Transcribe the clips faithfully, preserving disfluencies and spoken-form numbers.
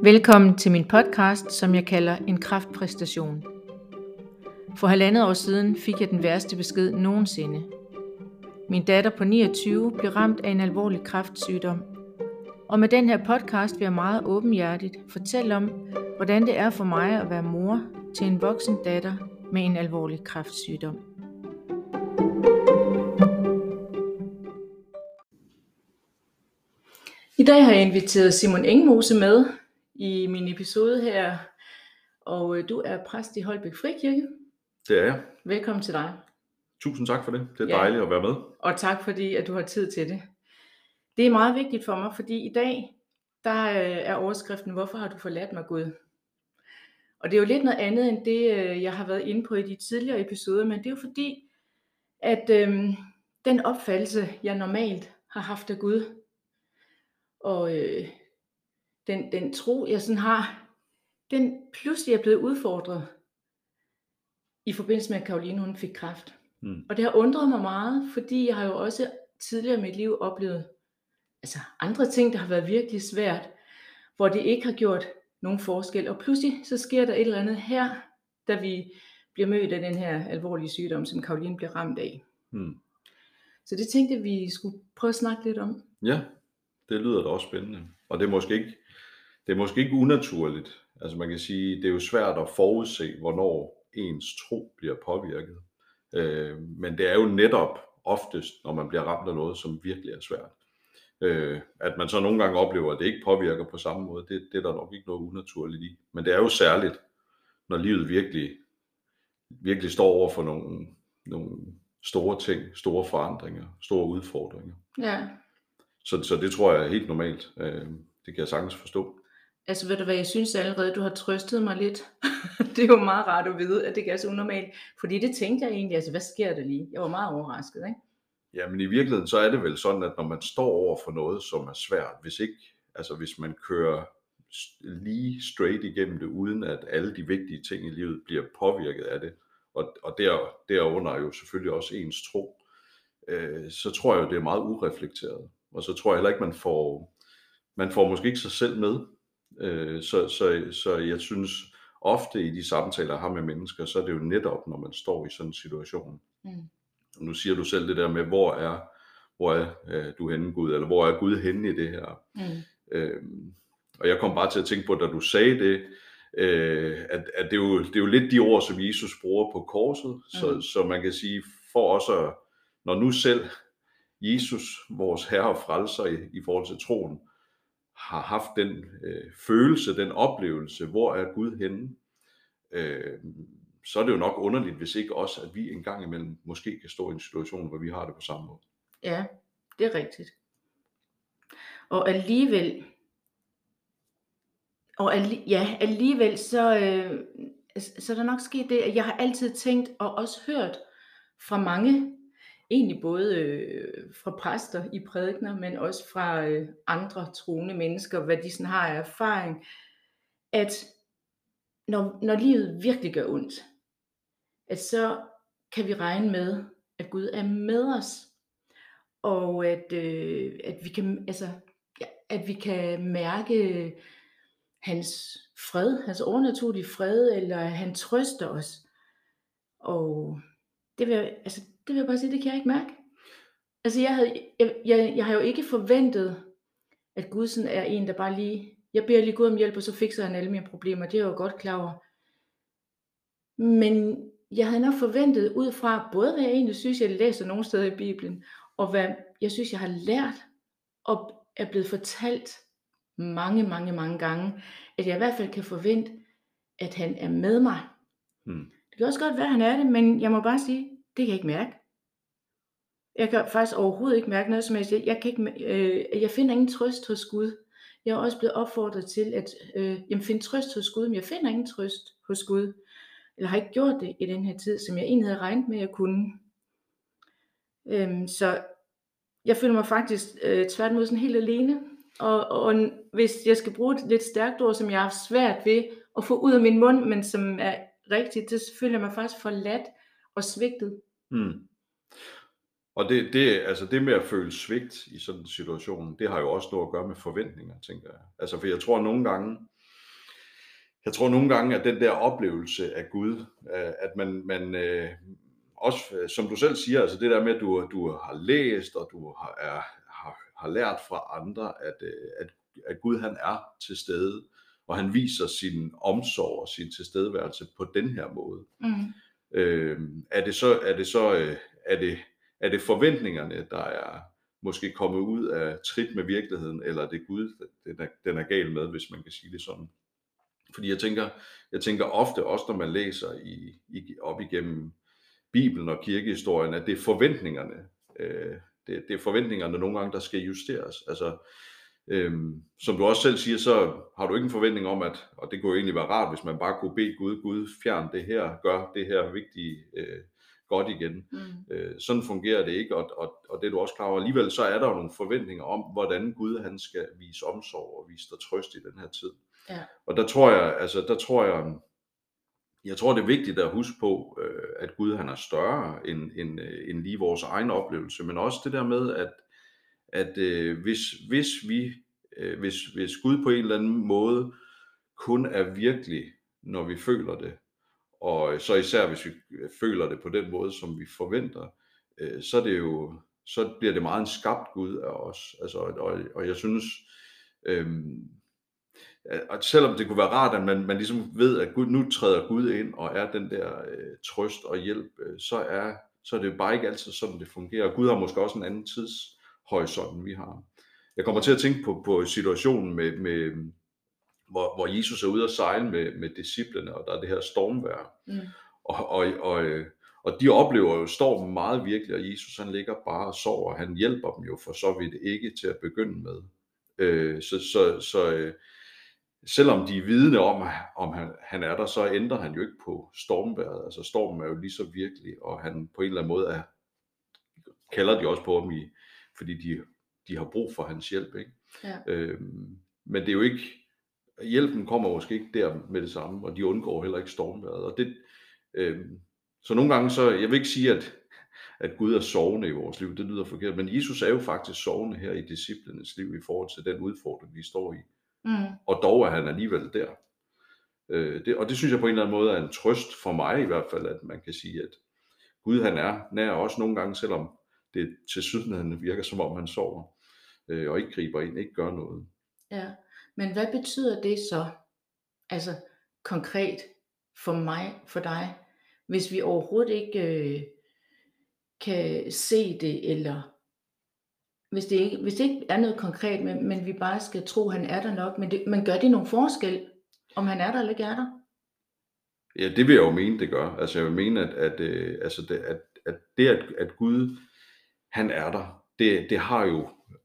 Velkommen til min podcast, som jeg kalder En kraftpræstation. For halvandet år siden fik jeg den værste besked nogensinde. Min datter på niogtyve blev ramt af en alvorlig kræftsygdom. Og med den her podcast vil jeg meget åbenhjertigt fortælle om, hvordan det er for mig at være mor til en voksen datter med en alvorlig kræftsygdom. I dag har jeg inviteret Simon Engmose med i min episode her, og du er præst i Holbæk Frikirke. Det er jeg. Velkommen til dig. Tusind tak for det. Det er Ja. dejligt at være med. Og tak fordi, at du har tid til det. Det er meget vigtigt for mig, fordi i dag, der er overskriften, hvorfor har du forladt mig, Gud? Og det er jo lidt noget andet, end det, jeg har været inde på i de tidligere episoder, men det er jo fordi, at øhm, den opfattelse, jeg normalt har haft af Gud, og øh, den, den tro, jeg sådan har, den pludselig er blevet udfordret i forbindelse med, at Caroline hun fik kræft. Mm. Og det har undret mig meget, fordi jeg har jo også tidligere i mit liv oplevet altså andre ting, der har været virkelig svært, hvor det ikke har gjort nogen forskel. Og pludselig så sker der et eller andet her, da vi bliver mødt af den her alvorlige sygdom, som Caroline bliver ramt af. Mm. Så det tænkte jeg, vi skulle prøve at snakke lidt om. Ja, det lyder da også spændende. Og det er måske ikke, det er måske ikke unaturligt. Altså man kan sige, det er jo svært at forudse, hvornår ens tro bliver påvirket. Øh, men det er jo netop oftest, når man bliver ramt af noget, som virkelig er svært. Øh, at man så nogle gange oplever, at det ikke påvirker på samme måde, det, det er der nok ikke noget unaturligt i. Men det er jo særligt, når livet virkelig, virkelig står over for nogle, nogle store ting, store forandringer, store udfordringer. Ja. Så, så det tror jeg er helt normalt. Øh, det kan jeg sagtens forstå. Altså ved du hvad, jeg synes allerede, du har trøstet mig lidt. Det er jo meget rart at vide, at det ikke er så unormalt. Fordi det tænkte jeg egentlig, altså hvad sker der lige? Jeg var meget overrasket, ikke? Ja, men i virkeligheden så er det vel sådan, at når man står over for noget, som er svært, hvis ikke, altså hvis man kører lige straight igennem det, uden at alle de vigtige ting i livet bliver påvirket af det, og, og der, derunder jo selvfølgelig også ens tro, øh, så tror jeg jo, det er meget ureflekteret. Og så tror jeg heller ikke, man får, man får måske ikke sig selv med. Øh, så, så, så jeg synes ofte i de samtaler, jeg har med mennesker, så er det jo netop, når man står i sådan en situation. Mm. Nu siger du selv det der med, hvor er, hvor er øh, du henne, Gud, eller hvor er Gud henne i det her? Mm. Øhm, og jeg kom bare til at tænke på, da du sagde det, øh, at, at det, er jo, det er jo lidt de ord, som Jesus bruger på korset, mm. så, så man kan sige, for os at, når nu selv Jesus, vores Herre og Frelser i, i forhold til troen, har haft den øh, følelse, den oplevelse, hvor er Gud henne, øh, så er det jo nok underligt, hvis ikke også, at vi en gang imellem måske kan stå i en situation, hvor vi har det på samme måde. Ja, det er rigtigt. Og alligevel, og alli, ja, alligevel så, øh, så er der nok sket det, at jeg har altid tænkt, og også hørt fra mange, egentlig både øh, fra præster i prædikener, men også fra øh, andre troende mennesker, hvad de sådan har af erfaring, at når, når livet virkelig gør ondt, at så kan vi regne med, at Gud er med os, og at, øh, at, vi, kan, altså, ja, at vi kan mærke hans fred, hans overnaturlige fred, eller at han trøster os. Og det vil, jeg, altså, det vil jeg bare sige, det kan jeg ikke mærke. Altså jeg, havde, jeg, jeg, jeg har jo ikke forventet, at Gud sådan er en, der bare lige, jeg beder lige Gud om hjælp, og så fikser han alle mine problemer. Det er jeg jo godt klar over. Men jeg havde nok forventet ud fra, både hvad jeg egentlig synes, jeg læser nogle steder i Bibelen, og hvad jeg synes, jeg har lært, og er blevet fortalt mange, mange, mange gange, at jeg i hvert fald kan forvente, at han er med mig. Hmm. Det kan også godt være, at han er det, men jeg må bare sige, det kan jeg ikke mærke. Jeg kan faktisk overhovedet ikke mærke noget som helst. Jeg, kan ikke, øh, jeg finder ingen trøst hos Gud. Jeg er også blevet opfordret til at øh, jamen, finde trøst hos Gud, men jeg finder ingen trøst hos Gud. Eller har ikke gjort det i den her tid, som jeg egentlig havde regnet med, at jeg kunne. Øhm, så jeg føler mig faktisk øh, tværtimod sådan helt alene. Og, og hvis jeg skal bruge et lidt stærkt ord, som jeg har haft svært ved at få ud af min mund, men som er rigtigt, det føler jeg mig faktisk forladt og svigtet. Hmm. Og det, det, altså det med at føle svigt i sådan en situation, det har jo også noget at gøre med forventninger, tænker jeg. Altså for jeg tror nogle gange, jeg tror nogle gange, at den der oplevelse af Gud, øh, at man, man øh, også, øh, som du selv siger, altså det der med, at du, du har læst, og du har, er, har, har lært fra andre, at, øh, at, at Gud han er til stede, og han viser sin omsorg og sin tilstedeværelse på den her måde. Mm. Øh, er det så, er det så, øh, er det, er det forventningerne, der er måske kommet ud af trit med virkeligheden, eller er det Gud, den er, den er gal med, hvis man kan sige det sådan? Fordi jeg tænker, jeg tænker ofte, også når man læser i, i, op igennem Bibelen og kirkehistorien, at det er forventningerne, øh, det, det er forventningerne nogle gange, der skal justeres. Altså, øhm, som du også selv siger, så har du ikke en forventning om, at, og det kunne jo egentlig være rart, hvis man bare kunne bede Gud, Gud fjern det her, gør det her vigtige øh, godt igen. Mm. Øh, sådan fungerer det ikke, og, og, og det er du også klar over. Alligevel så er der jo nogle forventninger om, hvordan Gud han skal vise omsorg og vise dig trøst i den her tid. Ja. Og der tror jeg, altså der tror jeg, jeg tror det er vigtigt at huske på, øh, at Gud han er større end, end, end lige vores egen oplevelse, men også det der med, at, at øh, hvis, hvis vi, øh, hvis, hvis Gud på en eller anden måde kun er virkelig, når vi føler det, og så især hvis vi føler det på den måde, som vi forventer, øh, så er det jo, så bliver det meget en skabt Gud af os. Altså, og, og jeg synes, øh, og selvom det kunne være rart, at man, man ligesom ved, at Gud, nu træder Gud ind og er den der øh, trøst og hjælp, øh, så, er, så er det bare ikke altid sådan, det fungerer. Gud har måske også en anden tidshorisont, end vi har. Jeg kommer til at tænke på, på situationen, med, med, hvor, hvor Jesus er ude at sejle med, med disciplene, og der er det her stormvejr. Mm. Og, og, og, og de oplever jo stormen meget virkelig, og Jesus han ligger bare og sover. Han hjælper dem jo for så vidt ikke til at begynde med. Øh, så så, så øh, selvom de er vidne om, om han, han er der, så ændrer han jo ikke på stormvejret. Altså stormen er jo lige så virkelig, og han på en eller anden måde er, kalder de også på ham, i, fordi de, de har brug for hans hjælp. Ikke? Ja. Øhm, men det er jo ikke, hjælpen kommer måske ikke der med det samme, og de undgår heller ikke stormvejret. Og det, øhm, så nogle gange, så jeg vil ikke sige, at, at Gud er sovende i vores liv, det lyder forkert, men Jesus er jo faktisk sovende her i disciplenes liv i forhold til den udfordring, de står i. Mm. Og dog er han alligevel der. Øh, det, og det synes jeg på en eller anden måde er en trøst for mig i hvert fald, at man kan sige, at Gud han er nær også nogle gange, selvom det tilsyneladende virker som om han sover, øh, og ikke griber ind, ikke gør noget. Ja, men hvad betyder det så, altså konkret for mig, for dig, hvis vi overhovedet ikke øh, kan se det, eller Hvis det, ikke, hvis det ikke er noget konkret, men, men vi bare skal tro, at han er der nok, men, det, men gør det nogen forskel, om han er der eller ikke er der? Ja, det vil jeg jo mene, det gør. Altså jeg vil mene, at, at, øh, altså det, at, at det, at, at Gud, han er der, det, det har jo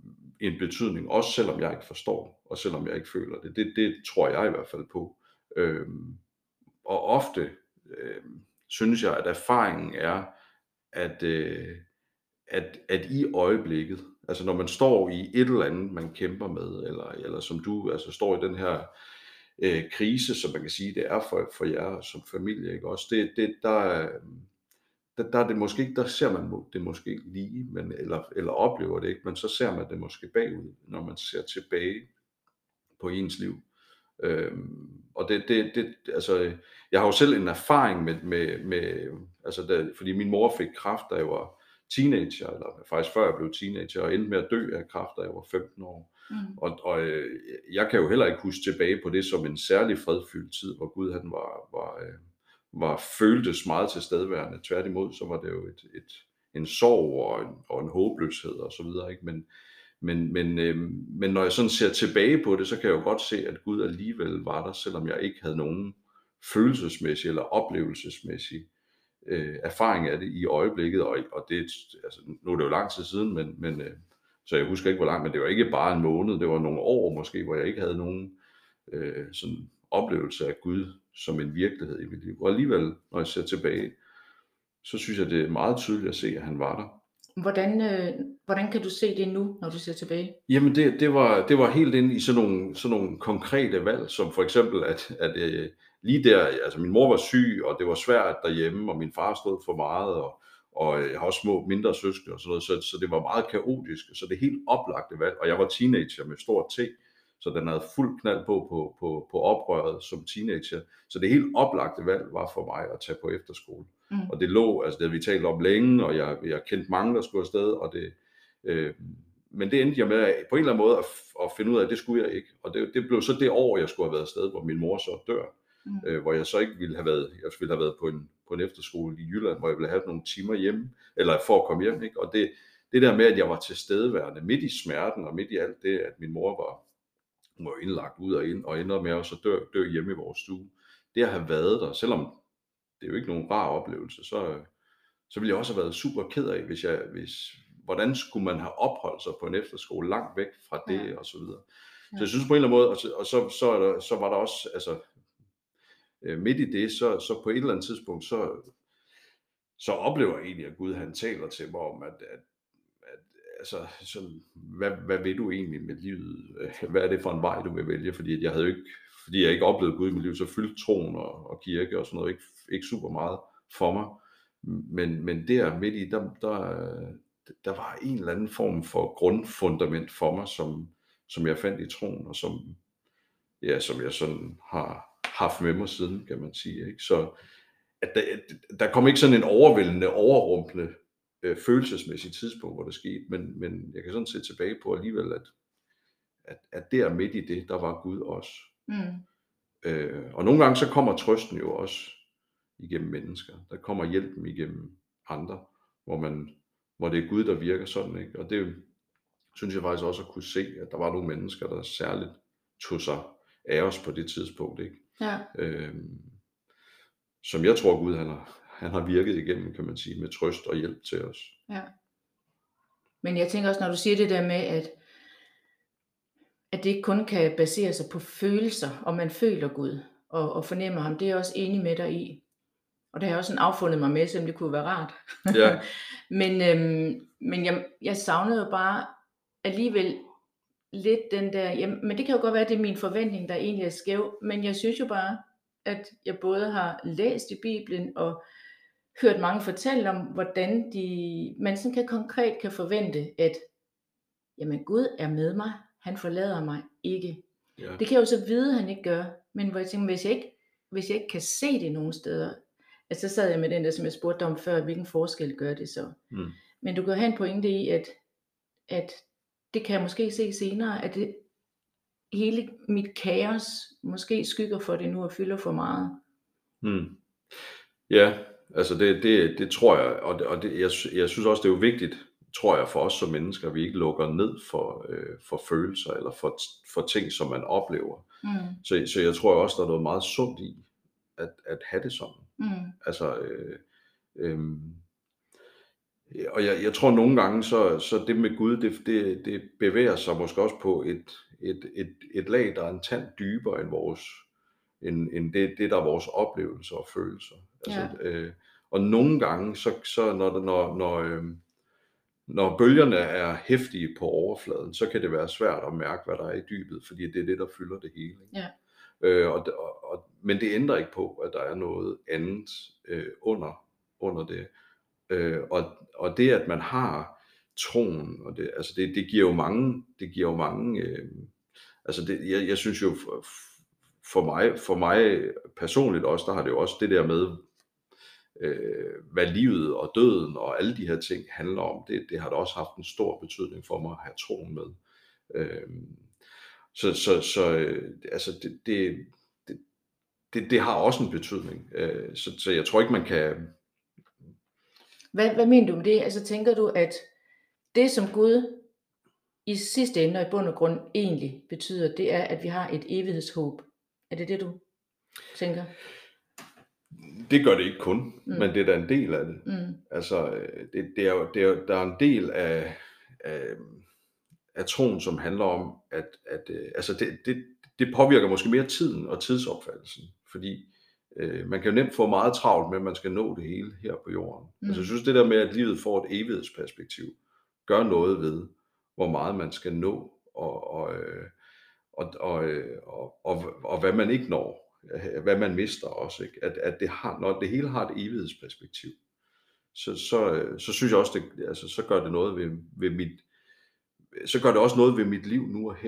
en betydning, også selvom jeg ikke forstår, og selvom jeg ikke føler det. Det, det tror jeg i hvert fald på. Øhm, og ofte øh, synes jeg, at erfaringen er, at, øh, at, at i øjeblikket, altså når man står i et eller andet, man kæmper med, eller, eller som du altså står i den her øh, krise, som man kan sige, det er for, for jer som familie, ikke også? Det, det, der, der, der er det måske ikke, der ser man det måske ikke lige, men, eller, eller oplever det ikke, men så ser man det måske bagud, når man ser tilbage på ens liv. Øhm, og det, det, det, altså, jeg har jo selv en erfaring med, med, med altså, da, fordi min mor fik kræft, da jeg var teenager, eller faktisk før jeg blev teenager, og endte med at dø af kræft, da jeg var femten år. Mm. Og, og jeg kan jo heller ikke huske tilbage på det som en særlig fredfyldt tid, hvor Gud han var, var, var føltes meget tilstedeværende. Tværtimod, så var det jo et, et, en sorg og en, og en håbløshed og så videre, ikke? Men, men, men, øh, men når jeg sådan ser tilbage på det, så kan jeg jo godt se, at Gud alligevel var der, selvom jeg ikke havde nogen følelsesmæssig eller oplevelsesmæssig øh, erfaring af det i øjeblikket, og, og det, altså, nu er det jo lang tid siden, men, men øh, så jeg husker ikke hvor langt, men det var ikke bare en måned, det var nogle år måske, hvor jeg ikke havde nogen øh, sådan oplevelse af Gud som en virkelighed i mit liv. Og alligevel, når jeg ser tilbage, så synes jeg, det er meget tydeligt at se, at han var der. Hvordan, øh, hvordan kan du se det nu, når du ser tilbage? Jamen det, det, var, det var helt inde i sådan nogle, sådan nogle konkrete valg, som for eksempel, at, at øh, lige der, altså min mor var syg, og det var svært derhjemme, og min far stod for meget, og, og jeg har også små mindre søskende og sådan noget, så, så det var meget kaotisk, så det helt oplagte valg, og jeg var teenager med stort T, så den havde fuld knald på på, på, på oprøret som teenager. Så det helt oplagte valg var for mig at tage på efterskole. Mm. Og det lå, altså det havde vi talt om længe, og jeg, jeg kendte mange, der skulle afsted, og det, øh, men det endte jeg med på en eller anden måde at, at finde ud af, at det skulle jeg ikke. Og det, det blev så det år, jeg skulle have været afsted, hvor min mor så dør. Mm. Øh, hvor jeg så ikke ville have været, jeg ville have været på en, på en efterskole i Jylland, hvor jeg ville have nogle timer hjemme, eller for at komme hjem, ikke? Og det, det der med, at jeg var tilstedeværende midt i smerten, og midt i alt det, at min mor var, hun var indlagt ud og ind, og ender med at så dø, dø hjemme i vores stue, det at have været der, selvom det er jo ikke nogen rar oplevelse, så, så ville jeg også have været super ked af, hvis jeg, hvis, hvordan skulle man have opholdt sig på en efterskole langt væk fra det, ja. Og så videre. Ja. Så jeg synes på en eller anden måde, og så, og så, så, der, så var der også, altså midt i det, så, så på et eller andet tidspunkt, så, så oplever jeg egentlig, at Gud han taler til mig om, at, at, at altså, sådan, hvad, hvad vil du egentlig med livet? Hvad er det for en vej, du vil vælge? Fordi jeg havde jo ikke, fordi jeg ikke oplevede Gud i mit liv, så fyldte troen og, og kirke og sådan noget ikke, ikke super meget for mig. Men, men der midt i, der, der, der var en eller anden form for grundfundament for mig, som, som jeg fandt i troen, og som, ja, som jeg sådan har haft med mig siden, kan man sige. Ikke? Så at der, der kom ikke sådan en overvældende, overrumplende øh, følelsesmæssigt tidspunkt, hvor det skete, men, men jeg kan sådan se tilbage på alligevel, at, at, at der midt i det, der var Gud også. Mm. Øh, og nogle gange så kommer trøsten jo også igennem mennesker. Der kommer hjælpen igennem andre, hvor, man, hvor det er Gud, der virker sådan. Ikke? Og det synes jeg faktisk også at kunne se, at der var nogle mennesker, der særligt tog sig af os på det tidspunkt. Ikke? Ja. Øhm, som jeg tror Gud han har, han har virket igennem, kan man sige, med trøst og hjælp til os. Ja. Men jeg tænker også, når du siger det der med, at, at det ikke kun kan basere sig på følelser, og man føler Gud og, og fornemmer ham, det er jeg også enig med dig i. Og det har jeg også sådan affundet mig med, selvom det kunne være rart. Ja. men øhm, men jeg, jeg savnede jo bare alligevel lidt den der, jamen, men det kan jo godt være, at det er min forventning, der egentlig er skæv, men jeg synes jo bare, at jeg både har læst i Bibelen og hørt mange fortælle om, hvordan de, man sådan kan konkret kan forvente, at jamen Gud er med mig, han forlader mig ikke. Ja. Det kan jeg jo så vide, at han ikke gør, men hvor jeg tænker, hvis jeg ikke, hvis jeg ikke kan se det nogen steder, altså så sad jeg med den der, som jeg spurgte dig om før, hvilken forskel gør det så? Mm. Men du kan have en pointe i, at, at det kan jeg måske se senere, at det, hele mit kaos måske skygger for det nu og fylder for meget. Mm. Ja, altså det, det, det tror jeg, og, det, og det, jeg, jeg synes også, det er jo vigtigt, tror jeg, for os som mennesker, at vi ikke lukker ned for, øh, for følelser eller for, for ting, som man oplever. Mm. Så, så jeg tror også, der er noget meget sundt i at, at have det sådan. Mm. Altså, øh, øh, og jeg, jeg tror nogle gange, så, så det med Gud, det, det, det bevæger sig måske også på et, et, et, et lag, der er en tand dybere end vores, end, end det, det, der er vores oplevelser og følelser. Altså, ja. øh, og nogle gange, så, så når, når, når, øh, når bølgerne er heftige på overfladen, så kan det være svært at mærke, hvad der er i dybet, fordi det er det, der fylder det hele. Ikke? Ja. Øh, og, og, og, men det ændrer ikke på, at der er noget andet øh, under, under det. Øh, og, og det, at man har troen, og det, altså det, det giver jo mange, det giver jo mange, øh, altså det, jeg, jeg synes jo, for, for, mig, for mig personligt også, der har det jo også det der med, øh, hvad livet og døden og alle de her ting handler om, det, det har da også haft en stor betydning for mig at have troen med. Øh, så så, så øh, altså det, det, det, det, det har også en betydning, øh, så, så jeg tror ikke, man kan. Hvad, hvad mener du med det? Altså tænker du, at det som Gud i sidste ende og i bund og grund egentlig betyder, det er, at vi har et evighedshåb? Er det det, du tænker? Det gør det ikke kun, mm. men det er da en del af det. Mm. Altså, det, det er jo, det er, der er en del af, af, af troen, som handler om, at, at altså det, det, det påvirker måske mere tiden og tidsopfattelsen, fordi øh, man kan jo nemt få meget travlt med, at man skal nå det hele her på jorden. Mm. Altså jeg synes, det der med, at livet får et evighedsperspektiv, gør noget ved, hvor meget man skal nå, og, og, og, og, og, og, og hvad man ikke når. Hvad man mister også, ikke? At, at det har, når det hele har et evighedsperspektiv, så, så, så synes jeg også, det, altså, så gør det noget ved, ved mit, så gør det også noget ved mit liv nu og her,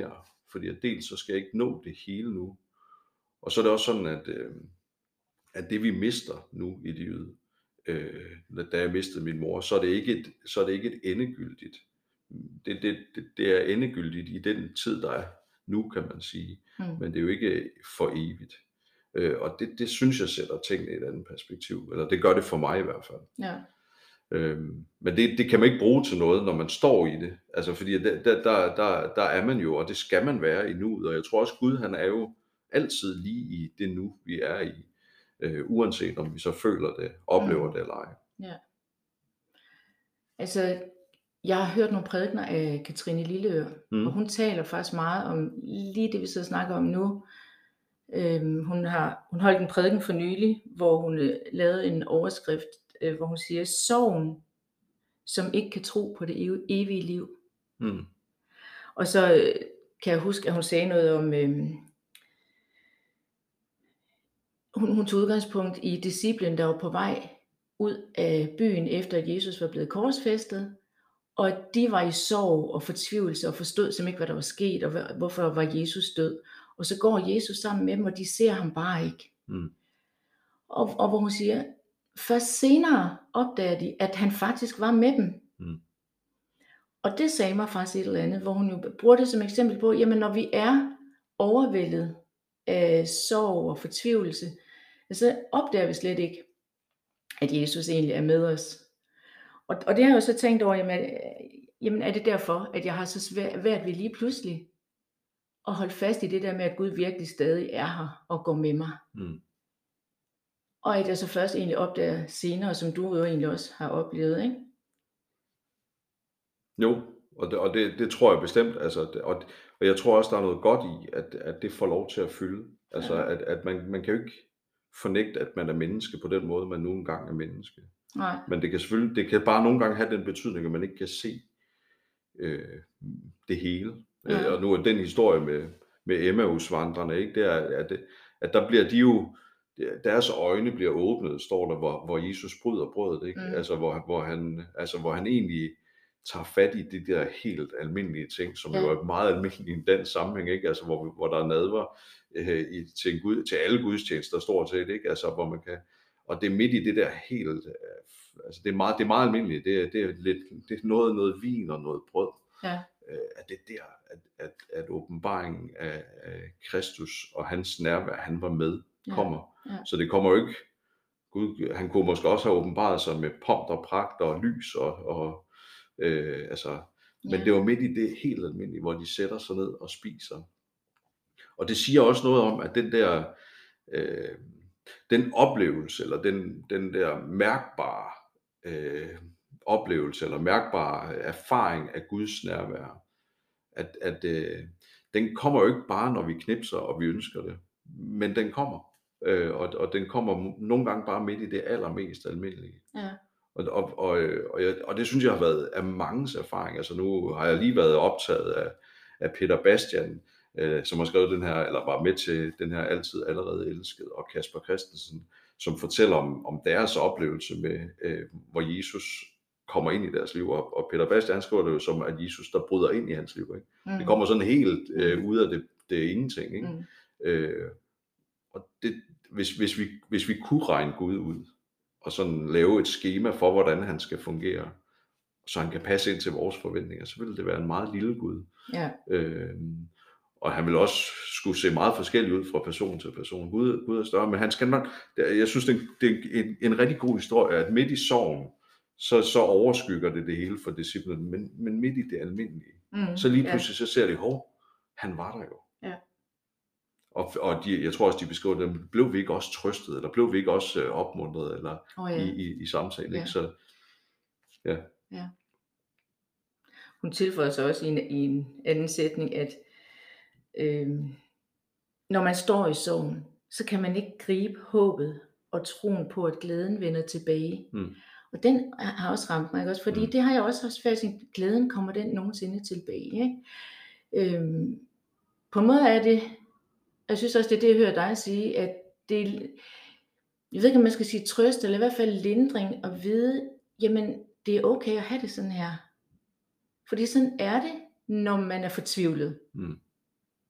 fordi at dels så skal jeg ikke nå det hele nu, og så er det også sådan, at, øh, at det vi mister nu i livet, øh, da jeg mistede min mor, så er det ikke et, så er det ikke et endegyldigt. Det, det, det, det er endegyldigt i den tid, der er nu, kan man sige, Mm. men det er jo ikke for evigt. Øh, og det, det synes jeg sætter tingene i et andet perspektiv, eller det gør det for mig i hvert fald. Ja. Øhm, men det, det kan man ikke bruge til noget, når man står i det. Altså fordi der, der, der, der, der er man jo, og det skal man være i nuet. Og jeg tror også, Gud han er jo altid lige i det nu, vi er i. Øh, uanset om vi så føler det, oplever Mm. det eller ej. Ja. Altså, jeg har hørt nogle prædikener af Katrine Lilleør, Mm. og hun taler faktisk meget om lige det, vi så snakker om nu. Øhm, hun har hun holdt en prædiken for nylig, hvor hun øh, lavede en overskrift, øh, hvor hun siger, sorgen, som ikke kan tro på det ev- evige liv. Mm. Og så øh, kan jeg huske, at hun sagde noget om, øh, hun, hun tog udgangspunkt i disciplen, der var på vej ud af byen, efter at Jesus var blevet korsfæstet, og de var i sorg og fortvivlelse og forstod simpelthen ikke, hvad der var sket, og hva- hvorfor var Jesus død. Og så går Jesus sammen med dem, og de ser ham bare ikke. Mm. Og, og hvor hun siger, først senere opdager de, at han faktisk var med dem. Mm. Og det sagde mig faktisk et eller andet, hvor hun jo bruger det som eksempel på, jamen når vi er overvældet af sorg og fortvivlelse, så opdager vi slet ikke, at Jesus egentlig er med os. Og, og det har jeg jo så tænkt over, jamen, er- jamen er det derfor, at jeg har så svært ved lige pludselig at holde fast i det der med, at Gud virkelig stadig er her og går med mig. Mm. Og at jeg så først egentlig opdager senere, som du jo egentlig også har oplevet, ikke? Jo, og det, og det, det tror jeg bestemt, altså, det- og, og jeg tror også, der er noget godt i, at, at det får lov til at fylde. Altså, Ja. at, at man, man kan jo ikke fornægte, at man er menneske på den måde, man nu engang er menneske. Nej. Men det kan selvfølgelig, det kan bare nogle gange have den betydning, at man ikke kan se øh, det hele. Ja. Øh, og nu er den historie med, med Emmaus-vandrene, ikke, det er, at, det, at der bliver de jo, deres øjne bliver åbnet, står der, hvor, hvor Jesus bryder brødet, ikke? Mm. Altså, hvor, hvor, han, altså, hvor han egentlig tager fat i de der helt almindelige ting, som Ja. jo er meget almindelige i en dansk sammenhæng, ikke? Altså, hvor, hvor der er nadver øh, i, til, en Gud, til alle gudstjenester stort set, ikke? Altså, hvor man kan, og det er midt i det der helt, øh, altså det er meget, det er meget almindeligt, det er, det er lidt, det er noget, noget vin og noget brød, Ja. øh, at det er der, at, at, at åbenbaringen af, af Kristus og hans nærvær, han var med, Ja. kommer. Ja. Så det kommer jo ikke, Gud, han kunne måske også have åbenbaret sig med pomp og pragt og lys og, og øh, altså, men Ja. det var midt i det helt almindelige, hvor de sætter sig ned og spiser. Og det siger også noget om, at den der, øh, den oplevelse, eller den, den der mærkbare øh, oplevelse, eller mærkbare erfaring af Guds nærvær, at, at øh, den kommer jo ikke bare, når vi knipser, og vi ønsker det, men den kommer. Øh, og, og den kommer nogle gange bare midt i det allermest almindelige. Ja. Og, og, og, og, jeg, og det synes jeg har været af manges erfaring. Altså nu har jeg lige været optaget af, af Peter Bastian, øh, som har skrevet den her, eller var med til den her Altid Allerede Elsket, og Kasper Christensen, som fortæller om, om deres oplevelse med, øh, hvor Jesus kommer ind i deres liv. Og, og Peter Bastian, han skriver det jo som, at Jesus, der bryder ind i hans liv. Ikke? Mm. Det kommer sådan helt øh, ud af det, det er ingenting. Ikke? Mm. Øh, og det, hvis, hvis, vi, hvis vi kunne regne Gud ud, og sådan lave et skema for, hvordan han skal fungere, så han kan passe ind til vores forventninger, så vil det være en meget lille Gud. Ja. Øh, og han vil også skulle se meget forskelligt ud fra person til person. Gud, Gud er større, men han skal nok, jeg synes, det er, det er en, en rigtig god historie, at midt i sorgen, så, så overskygger det det hele for disciplen, men, men midt i det almindelige, Mm. så lige Ja. pludselig så ser de, hov, han var der jo. Ja. Og, og de, jeg tror også, de beskriver det, blev vi ikke også trøstet, eller blev vi ikke også øh, opmuntret, eller Oh, ja. i, i, i samtalen, Ja. ikke? Så, ja. Ja. Hun tilføjer så også i en, i en anden sætning, at øh, når man står i sorgen, så kan man ikke gribe håbet og troen på, at glæden vender tilbage. Mm. Og den har også ramt mig, ikke også? Fordi Mm. det har jeg også haft fast i, glæden kommer den nogensinde tilbage. Ikke? Øhm, på en måde er det, jeg synes også, det er det, jeg hører dig sige, at det, jeg ved ikke, om man skal sige trøst, eller i hvert fald lindring, at vide, jamen, det er okay at have det sådan her. Fordi sådan er det, når man er fortvivlet. Mm.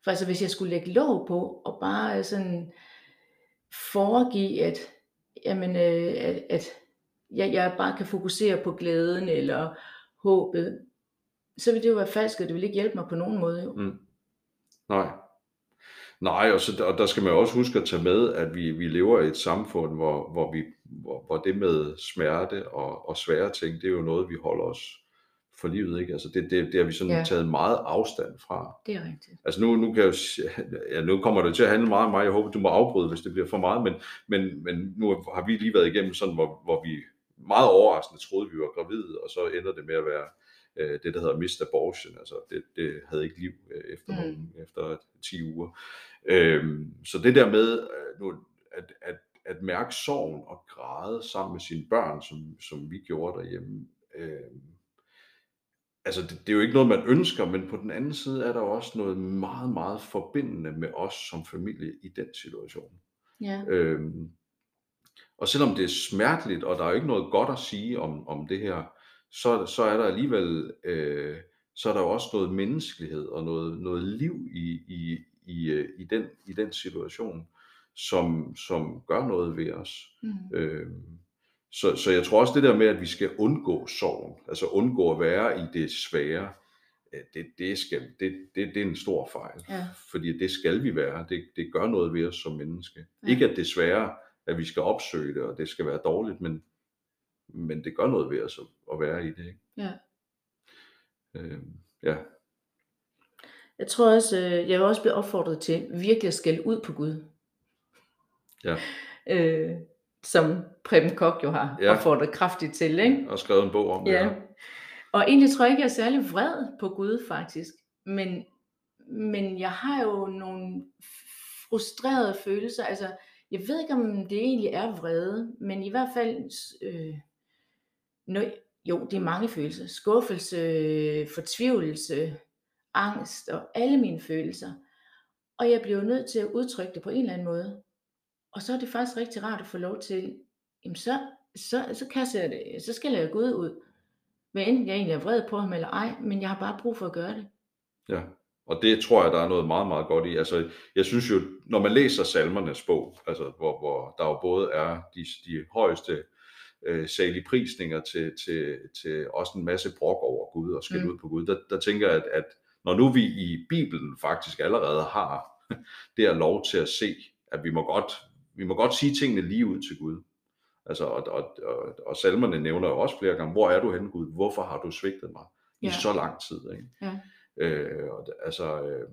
For altså, hvis jeg skulle lægge låg på og bare sådan foregive, at jamen, øh, at at jeg jeg bare kan fokusere på glæden eller håbet, så ville det jo være falsk, og det ville ikke hjælpe mig på nogen måde jo. Mm. Nej. Nej, og, så, og der skal man også huske at tage med, at vi, vi lever i et samfund, hvor, hvor, vi, hvor, hvor det med smerte og, og svære ting, det er jo noget, vi holder os for livet, ikke? Altså det, det, det har vi sådan Ja. taget meget afstand fra. Det er rigtigt. Altså nu, nu, kan jeg, ja, nu kommer det til at handle meget om mig. Jeg håber, du må afbryde, hvis det bliver for meget, men, men, men nu har vi lige været igennem sådan, hvor, hvor vi meget overraskende troede, vi var gravide, og så ender det med at være øh, det, der hedder missed abortion. Altså det, det havde ikke liv øh, efter, mm. nogle, efter ti uger. Øhm, så det der med øh, nu, at, at, at mærke sorgen og græde sammen med sine børn, som, som vi gjorde derhjemme, øh, altså det, det er jo ikke noget, man ønsker, men på den anden side er der også noget meget, meget forbindende med os som familie i den situation. Ja. Øhm, og selvom det er smerteligt, og der er jo ikke noget godt at sige om, om det her, så, så er der alligevel, øh, så er der jo også noget menneskelighed og noget, noget liv i, i, i, øh, i, den, i den situation, som, som gør noget ved os. Mm. Øhm, Så, så jeg tror også det der med, at vi skal undgå sorgen, altså undgå at være i det svære, det, det, skal, det, det, det er en stor fejl. Ja. Fordi det skal vi være. Det, det gør noget ved os som menneske. Ja. Ikke at det er svære, at vi skal opsøge det, og det skal være dårligt, men, men det gør noget ved os at, at være i det. Ikke? Ja. Øh, ja. Jeg tror også, jeg vil også blive opfordret til virkelig at skælde ud på Gud. Ja. Øh, som Preben Koch jo har ja. opfordret kraftigt til, ikke? Og skrevet en bog om det. Ja. Og egentlig tror jeg ikke, jeg er særlig vred på Gud faktisk, men, men jeg har jo nogle frustrerede følelser. Altså, jeg ved ikke, om det egentlig er vrede, men i hvert fald, øh, nø, jo, det er mange følelser. Skuffelse, fortvivlelse, angst og alle mine følelser. Og jeg bliver nødt til at udtrykke det på en eller anden måde. Og så er det faktisk rigtig rart at få lov til, jamen så, så, så kaster jeg det, så skælder jeg Gud ud. Hvad enten jeg egentlig er vred på ham eller ej, men jeg har bare brug for at gøre det. Ja, og det tror jeg, der er noget meget, meget godt i. Altså, jeg synes jo, når man læser salmernes bog, altså, hvor, hvor der jo både er de, de højeste øh, saligprisninger til, til, til også en masse brok over Gud og skæld mm. ud på Gud, der, der tænker jeg, at, at når nu vi i Bibelen faktisk allerede har det her lov til at se, at vi må godt, vi må godt sige tingene lige ud til Gud. Altså, og, og, og, og salmerne nævner jo også flere gange, hvor er du henne, Gud? Hvorfor har du svigtet mig i ja. så lang tid? Ikke? Ja. Øh, og, altså, øh,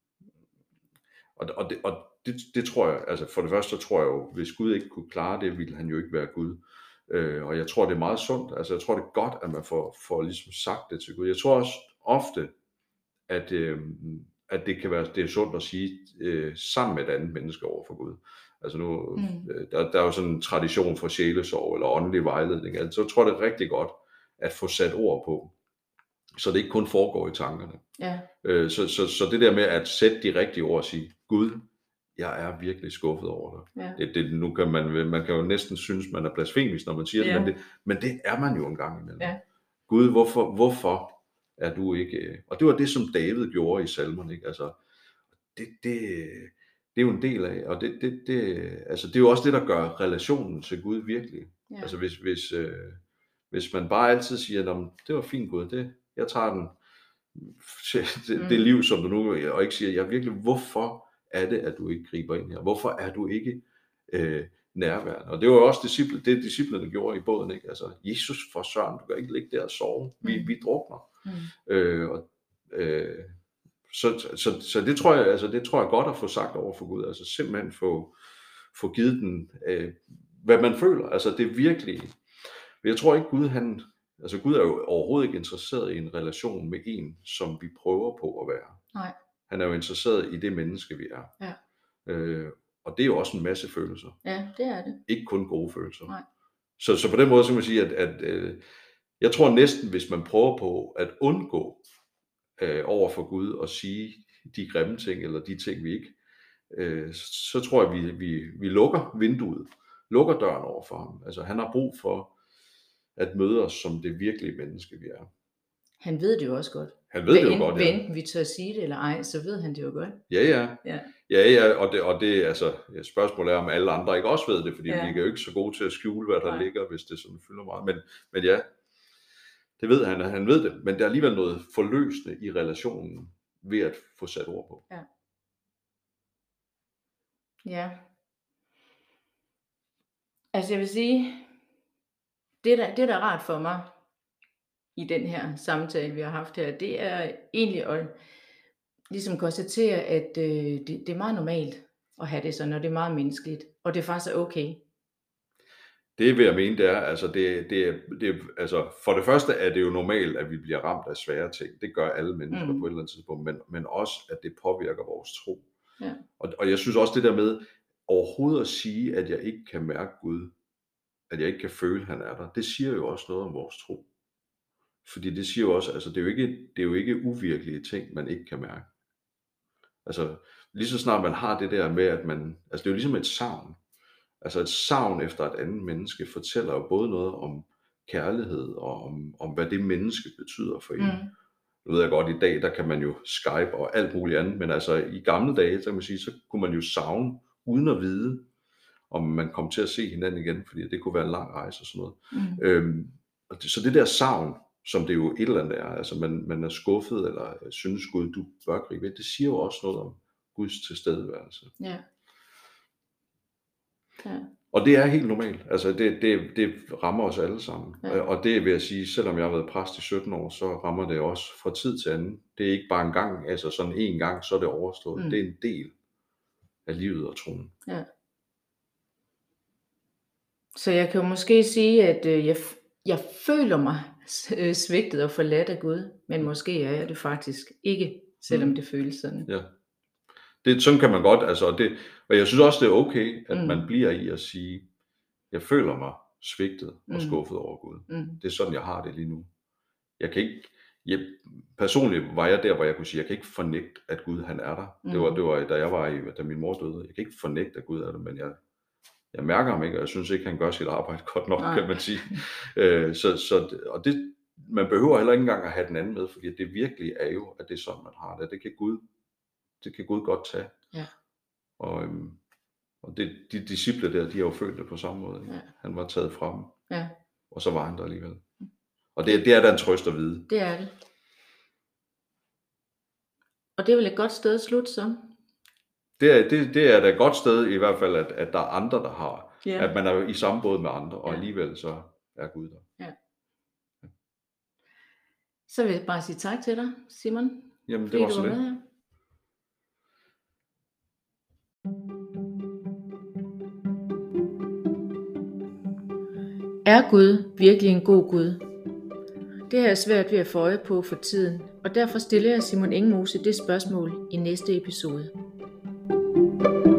og, og, det, og det, det tror jeg, altså for det første så tror jeg jo, hvis Gud ikke kunne klare det, ville han jo ikke være Gud. Øh, og jeg tror, det er meget sundt. Altså, jeg tror, det er godt, at man får, får ligesom sagt det til Gud. Jeg tror også ofte, at, øh, at det kan være, det er sundt at sige øh, sammen med et andet menneske over for Gud. Altså nu, mm. der, der er jo sådan en tradition for sjælesorg eller åndelig vejledning. Altså, så tror jeg, det er rigtig godt at få sat ord på, så det ikke kun foregår i tankerne. Ja. Øh, så, så, så det der med at sætte de rigtige ord og sige, Gud, jeg er virkelig skuffet over dig. Ja. Det, det, nu kan man, man kan jo næsten synes, man er blasfemisk, når man siger ja. det, men det, men det er man jo en gang imellem. Ja. Gud, hvorfor, hvorfor er du ikke... Og det var det, som David gjorde i salmerne, ikke? Altså, det... det det er jo en del af, og det, det, det, altså det er jo også det, der gør relationen til Gud virkelig. Ja. Altså hvis, hvis, øh, hvis man bare altid siger, det var fint Gud, det, jeg tager den, det, mm. det liv, som du nu, og ikke siger, jeg virkelig, hvorfor er det, at du ikke griber ind her? Hvorfor er du ikke øh, nærværende? Og det var jo også disciple, det, disciplerne gjorde i båden, ikke? Altså, Jesus for søren, du kan ikke ligge der og sove, vi, mm. vi drukner. Mm. Øh, og, øh, Så, så, så det tror jeg, altså det tror jeg godt at få sagt over for Gud, altså simpelthen få, få givet den, øh, hvad man føler, altså det er virkelig, jeg tror ikke Gud, han, altså Gud er jo overhovedet ikke interesseret i en relation med en, som vi prøver på at være. Nej. Han er jo interesseret i det menneske, vi er. Ja. Øh, og det er jo også en masse følelser. Ja, det er det. Ikke kun gode følelser. Nej. Så, så på den måde så kan man sige, at, at øh, jeg tror næsten, hvis man prøver på at undgå Øh, over for Gud og sige de grimme ting, eller de ting, vi ikke, øh, så tror jeg, vi, vi, vi lukker vinduet, lukker døren over for ham. Altså, han har brug for at møde os som det virkelige menneske, vi er. Han ved det jo også godt. Han ved Hvad det jo enten, godt, hvad ja. enten vi tør sige det eller ej, så ved han det jo godt. Ja, ja. Ja. Ja, ja, og det, og det altså, ja, spørgsmålet er, om alle andre ikke også ved det, fordi Ja. vi er jo ikke så gode til at skjule, hvad der Nej. ligger, hvis det sådan fylder meget. Men, men ja, det ved han, han ved det, men der er alligevel noget forløsende i relationen ved at få sat ord på. Ja. Ja. Altså jeg vil sige, det der, det der er rart for mig i den her samtale, vi har haft her, det er egentlig at ligesom konstatere, at øh, det, det er meget normalt at have det sådan, og det er meget menneskeligt, og det er faktisk okay. Det vil jeg mene, det er, altså, det, det, det, altså for det første er det jo normalt, at vi bliver ramt af svære ting. Det gør alle mennesker mm. på et eller andet tidspunkt, men, men også, at det påvirker vores tro. Ja. Og, og jeg synes også det der med overhovedet at sige, at jeg ikke kan mærke Gud, at jeg ikke kan føle, at han er der, det siger jo også noget om vores tro. Fordi det siger jo også, altså det er jo ikke, det er jo ikke uvirkelige ting, man ikke kan mærke. Altså lige så snart man har det der med, at man, altså det er jo ligesom et savn. Altså et savn efter et andet menneske fortæller jo både noget om kærlighed og om, om hvad det menneske betyder for en. Mm. Nu ved jeg godt, i dag der kan man jo Skype og alt muligt andet, men altså i gamle dage, så kan man sige, så kunne man jo savne uden at vide, om man kom til at se hinanden igen, fordi det kunne være en lang rejse og sådan noget. Mm. Øhm, og det, så det der savn, som det jo et eller andet er, altså man, man er skuffet eller synes Gud, du bør gribe ind, det siger jo også noget om Guds tilstedeværelse. Ja. Ja. Og det er helt normalt, altså det, det, det rammer os alle sammen, ja. Og det vil jeg sige, selvom jeg har været præst i sytten år, så rammer det også fra tid til anden. Det er ikke bare en gang, altså sådan en gang, så er det overstået. Mm. Det er en del af livet og troen. Ja. Så jeg kan jo måske sige, at øh, jeg, jeg føler mig øh, svigtet og forladt af Gud, men måske er jeg det faktisk ikke, selvom mm. det føles sådan. Ja. Det, sådan kan man godt, altså, og, det, og jeg synes også, det er okay, at mm. man bliver i at sige, jeg føler mig svigtet og mm. skuffet over Gud. Mm. Det er sådan, jeg har det lige nu. Jeg kan ikke, jeg, personligt var jeg der, hvor jeg kunne sige, jeg kan ikke fornægte, at Gud han er der. Mm. Det, var, det var, da jeg var i, da min mor døde. Jeg kan ikke fornægte, at Gud er der, men jeg, jeg mærker ham ikke, og jeg synes ikke, han gør sit arbejde godt nok, Nej. Kan man sige. øh, så, så, og det, man behøver heller ikke engang at have den anden med, fordi det virkelig er jo, at det er sådan, man har det. Det kan Gud Det kan Gud godt tage. Ja. Og, øhm, og det, de disciple der, de har jo følt det på samme måde. Ja. Han var taget fra dem. Ja. Og så var han der alligevel. Og det, det er da en trøst at vide. Det er det. Og det er vel et godt sted at slutte så? Det er, det, det er da et godt sted i hvert fald, at, at der er andre, der har. Ja. At man er i samme båd med andre, og ja. alligevel så er Gud der. Ja. Ja. Så vil jeg bare sige tak til dig, Simon. Jamen det var så det. Er Gud virkelig en god Gud? Det har jeg svært ved at få øje på for tiden, og derfor stiller jeg Simon Engmose det spørgsmål i næste episode.